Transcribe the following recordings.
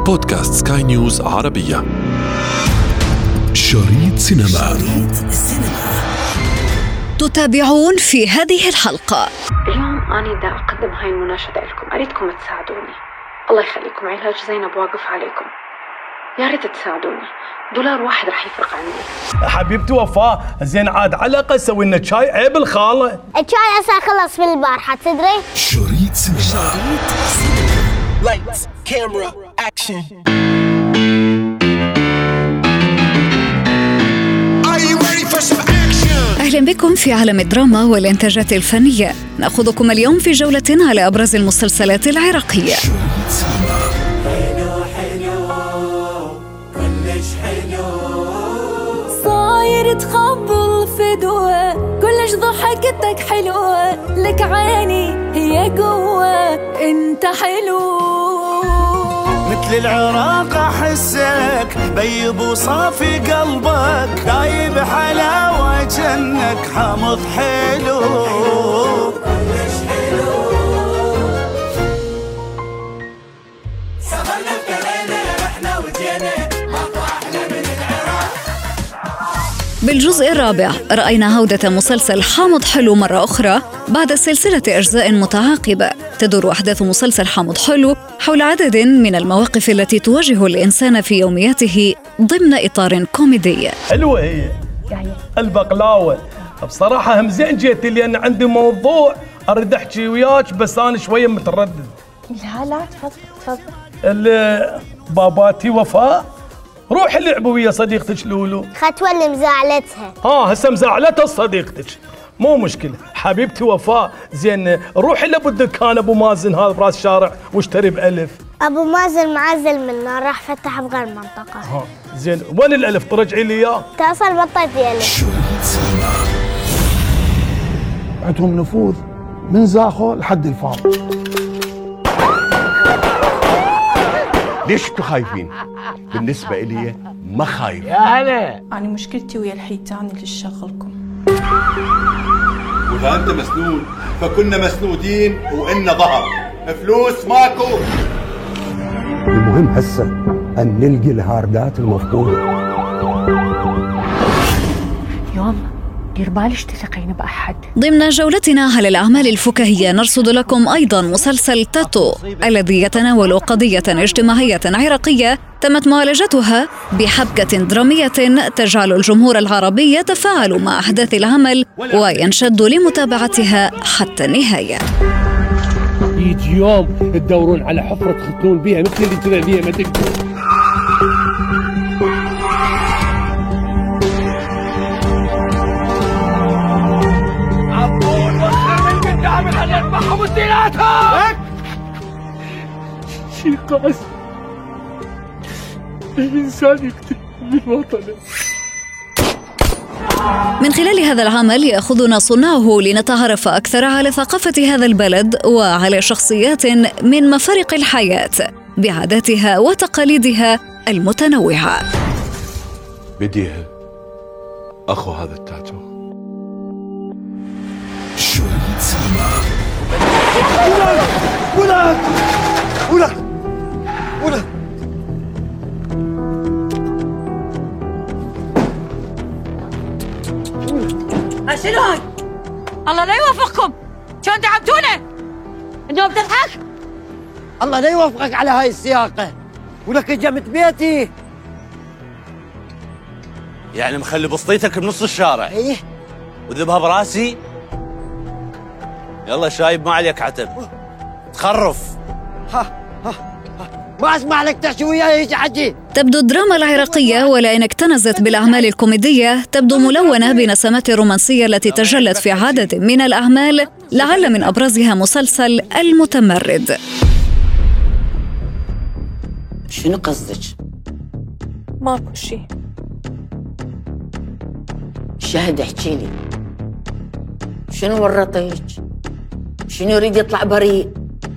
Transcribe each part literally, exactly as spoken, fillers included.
بودكاست سكاي نيوز عربية. شريط سينما. شريط السينما. تتابعون في هذه الحلقة. اليوم أنا دا أقدم هاي المناشدة لكم، أريدكم تساعدوني. الله يخليكم، علاج زينب واقف عليكم، يا ريت تساعدوني. دولار واحد رح يفرق عني. حبيبتي وفاء، زين عاد على الأقل سوي لنا شاي. عيب الخالة، الشاي أصلا خلص من البارحة تدري. شريط سينما. شريط سينما. Lights, camera, action. Are you ready for some action? أهلا بكم في عالم الدراما والإنتاجات الفنية. نأخذكم اليوم في جولة على أبرز المسلسلات العراقية. شريط سينما. حلو حلو كلش حلو، صاير تخبل فدوة، كلش ضحكتك حلوة، لك عيني هي قوة، انت حلو مثل العراق احسك، بيض وصافي قلبك، دايب حلاوة جنك حمض حلو كلش حلو. سافرنا بكرينا رحنا وجينا، ماكو احلى من العراق. بالجزء الرابع رأينا عودة مسلسل حامض حلو مرة أخرى بعد سلسلة أجزاء متعاقبة. تدور أحداث مسلسل حامض حلو حول عدد من المواقف التي تواجه الإنسان في يومياته ضمن إطار كوميدي. حلوة هي البقلاوة. بصراحة هم زين جيتي لأن عندي موضوع أريد أحكي وياك، بس أنا شوية متردد. لا لا تفضل تفضل. باباتي وفاء، روحي لعبوا ويا صديقتك لولو. ختولي مزعلتها. ها هسه مزعلتها صديقتك، مو مشكلة. حبيبتي وفاء، زين روحي لابو الدكان ابو مازن هذا براس الشارع واشتري بألف. أبو مازن معزل منا، راح فتح بغير منطقة. ها زين، وين الألف؟ ترجعي لي إياه. تصل بطيتي ألف. شريط سينما. عندهم نفوذ من زاخو لحد الفاض. ليش انتوا خايفين؟ بالنسبة إلي ما خايف. يا هلا، أنا مشكلتي ويا الحيتان اللي شغلكم. وإذا أنت مسنود فكنا مسنودين وإنا ظهر، فلوس ماكو. المهم هسه أن نلقي الهاردات المفقودة. يوم دير بالك تثقين بأحد. ضمن جولتنا على الأعمال الفكاهية نرصد لكم أيضا مسلسل تاتو الذي يتناول قضية اجتماعية عراقية تمت معالجتها بحبكة درامية تجعل الجمهور العربي يتفاعل مع أحداث العمل وينشد لمتابعتها حتى النهاية. يجي يوم تدورون على حفرة تختون بيها مثل اللي تبع بيها ما تقدر. شي قاسي الإنسان يقتل من وطنه. من خلال هذا العمل يأخذنا صناعه لنتعرف أكثر على ثقافة هذا البلد وعلى شخصيات من مفارق الحياة بعاداتها وتقاليدها المتنوعة. بديه أخو هذا التاتو. شريط سينما. ولد ولد ولد شنو هاي؟ الله لا يوفقكم، كان تعبتونا اليوم تضحك. الله لا يوفقك على هاي السياقة، ولك جمت بيتي. يعني مخلي بسطيتك بنص الشارع ايه وذبها براسي. يلا شايب ما عليك عتب، تخرف. ها ها ما اسمع لك تحكي وياي هيك عجي. تبدو الدراما العراقية ولئن اكتنزت بالأعمال الكوميدية تبدو ملونة بنسمات الرومانسية التي تجلت في عدد من الأعمال، لعل من أبرزها مسلسل المتمرد. شنو قصدك؟ ماكو شيء. شهد احكي لي، شنو ورطيك؟ شنو يريد يطلع بريء؟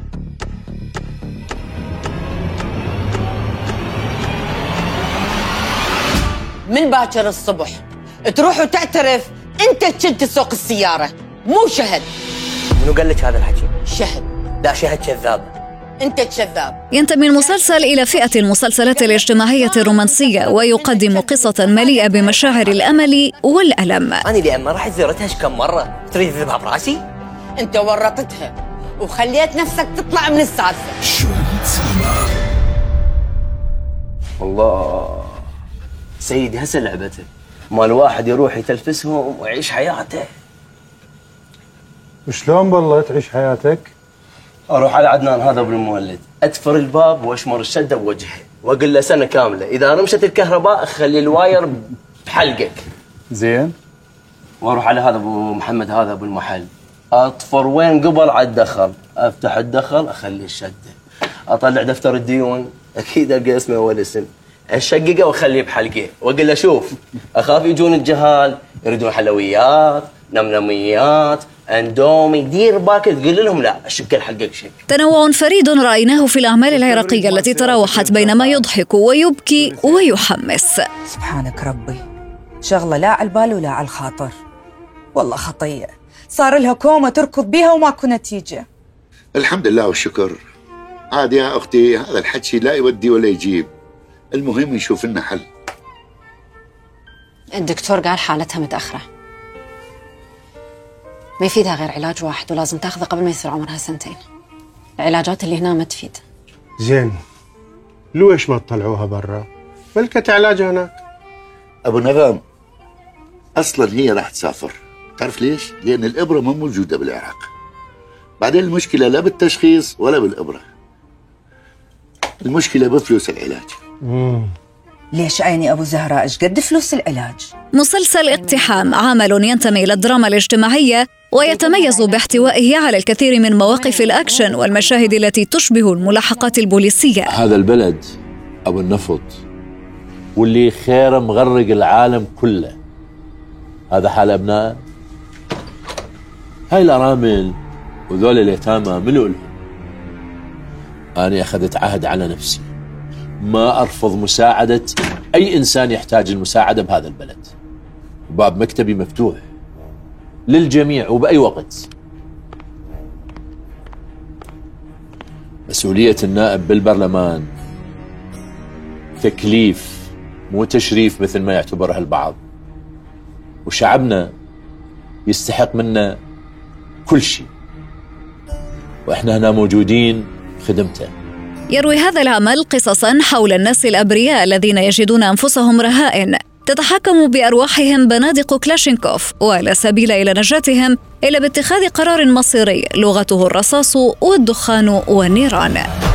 من باكر الصبح تروح وتعترف انت كنت تسوق السيارة مو شهد. منو قال لك هذا الحكي؟ شهد. لا شهد كذاب. انت كذاب. ينتمي المسلسل إلى فئة المسلسلات الاجتماعية الرومانسية، ويقدم قصة مليئة بمشاعر الأمل والألم. أنا لأما راح زرتها كم مرة، تريد تذبها براسي؟ انت ورطتها وخليت نفسك تطلع من السالفة. شريط سينما. والله سيدي هسه لعبته، ما الواحد يروح يتلفسهم ويعيش حياته. وشلون بالله تعيش حياتك؟ اروح على عدنان هذا ابن المولد، ادفر الباب واشمر الشده بوجهه واقول له سنه كامله اذا رمشت الكهرباء خلي الواير بحلقك. زين. واروح على هذا ابو محمد هذا ابو المحل، اطفر وين قبل على الدخل، افتح الدخل اخلي الشده، اطلع دفتر الديون اكيد القى اسمه اول اسم، اشققه واخليه بحلقه واقول له شوف اخاف يجون الجهال يريدون حلويات نمنميات اندومي، دير بالك تقول لهم لا اشق الحقك شيء. تنوع فريد رأيناه في الأعمال العراقية التي تراوحت بين ما يضحك ويبكي ويحمس. سبحانك ربي، شغلة لا على البال ولا على الخاطر، والله خطية صار لها كومة تركض بيها وماكو نتيجة. الحمد لله والشكر. عادي يا أختي، هذا الحكي لا يودي ولا يجيب، المهم يشوف لنا حل. الدكتور قال حالتها متأخرة، ما يفيدها غير علاج واحد ولازم تاخذه قبل ما يصير عمرها سنتين. العلاجات اللي هنا ما تفيد. زين، ليش ما تطلعوها برا؟ ملكة علاج هناك. أبو نغم، أصلا هي راح تسافر، تعرف ليش؟ لأن الإبرة ما موجودة بالعراق. بعدين المشكلة لا بالتشخيص ولا بالإبرة، المشكلة بفلوس العلاج. مم. ليش عيني أبو زهراء، إيش قد فلوس العلاج؟ مسلسل اقتحام عمل ينتمي إلى الدراما الاجتماعية، ويتميز باحتوائه على الكثير من مواقف الأكشن والمشاهد التي تشبه الملاحقات البوليسية. هذا البلد أبو النفط واللي خيره مغرق العالم كله، هذا حال أبناء. هاي الأرامل وذول اليتامى ملؤ لهم. أنا أخذت عهد على نفسي ما أرفض مساعدة أي إنسان يحتاج المساعدة بهذا البلد. باب مكتبي مفتوح للجميع وبأي وقت. مسؤولية النائب بالبرلمان تكليف مو تشريف مثل ما يعتبرها البعض، وشعبنا يستحق منا كل شيء، وإحنا هنا موجودين خدمته. يروي هذا العمل قصصاً حول الناس الأبرياء الذين يجدون أنفسهم رهائن تتحكم بأرواحهم بنادق كلاشينكوف، ولا سبيل إلى نجاتهم إلا باتخاذ قرار مصيري لغته الرصاص والدخان والنيران.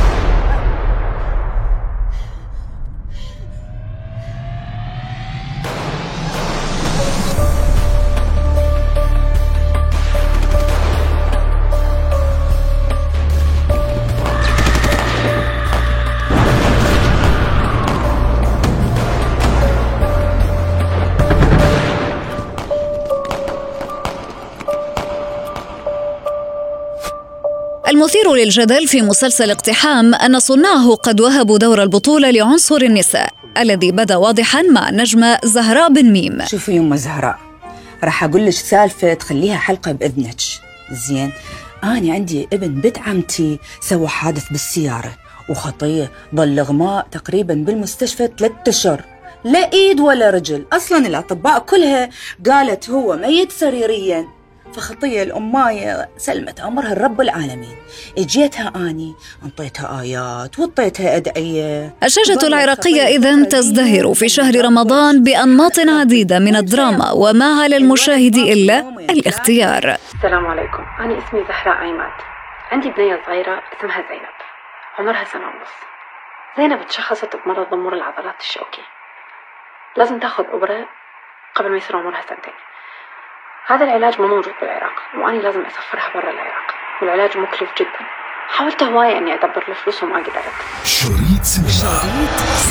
المثير للجدل في مسلسل اقتحام أن صناعه قد وهبوا دور البطولة لعنصر النساء الذي بدا واضحاً مع النجمة زهراء بن ميم. شوفي يما زهراء، راح أقول لك سالفة تخليها حلقة بإذنك. زين، أنا عندي ابن بنت عمتي سوى حادث بالسيارة وخطية، ظل غماء تقريباً بالمستشفى ثلاثة أشهر، لا إيد ولا رجل. أصلاً الأطباء كلها قالت هو ميت سريرياً. فخطية الأماية سلمت أمرها الرب العالمين. اجيتها آني انطيتها آيات وانطيتها أدعية. الشاشة العراقية إذن تزدهر في شهر رمضان بأنماط عديدة من الدراما، وما على المشاهد إلا الاختيار. السلام عليكم، أنا اسمي زهراء عيمات، عندي بنية صغيرة اسمها زينب، عمرها سنة ونص. زينب تشخصت بمرض ضمور العضلات الشوكي، لازم تاخذ إبرة قبل ما يصير عمرها سنتين. هذا العلاج ما موجود بالعراق، وأنا لازم أسفرها برا العراق، والعلاج مكلف جدا. حاولت هواية أني أدبر الفلوس وما قدرت. شريط سينما.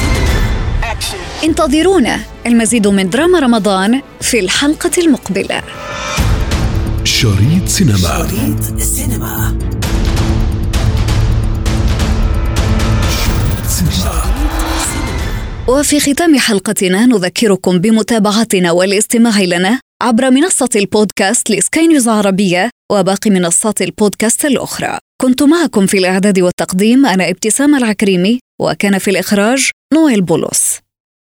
انتظرونا المزيد من دراما رمضان في الحلقة المقبلة. شريط سينما. شريط سينما. وفي ختام حلقتنا نذكركم بمتابعتنا والاستماع لنا عبر منصة البودكاست لسكاي نيوز عربية وباقي منصات البودكاست الأخرى. كنت معكم في الإعداد والتقديم أنا ابتسام العكريمي، وكان في الإخراج نويل بولس.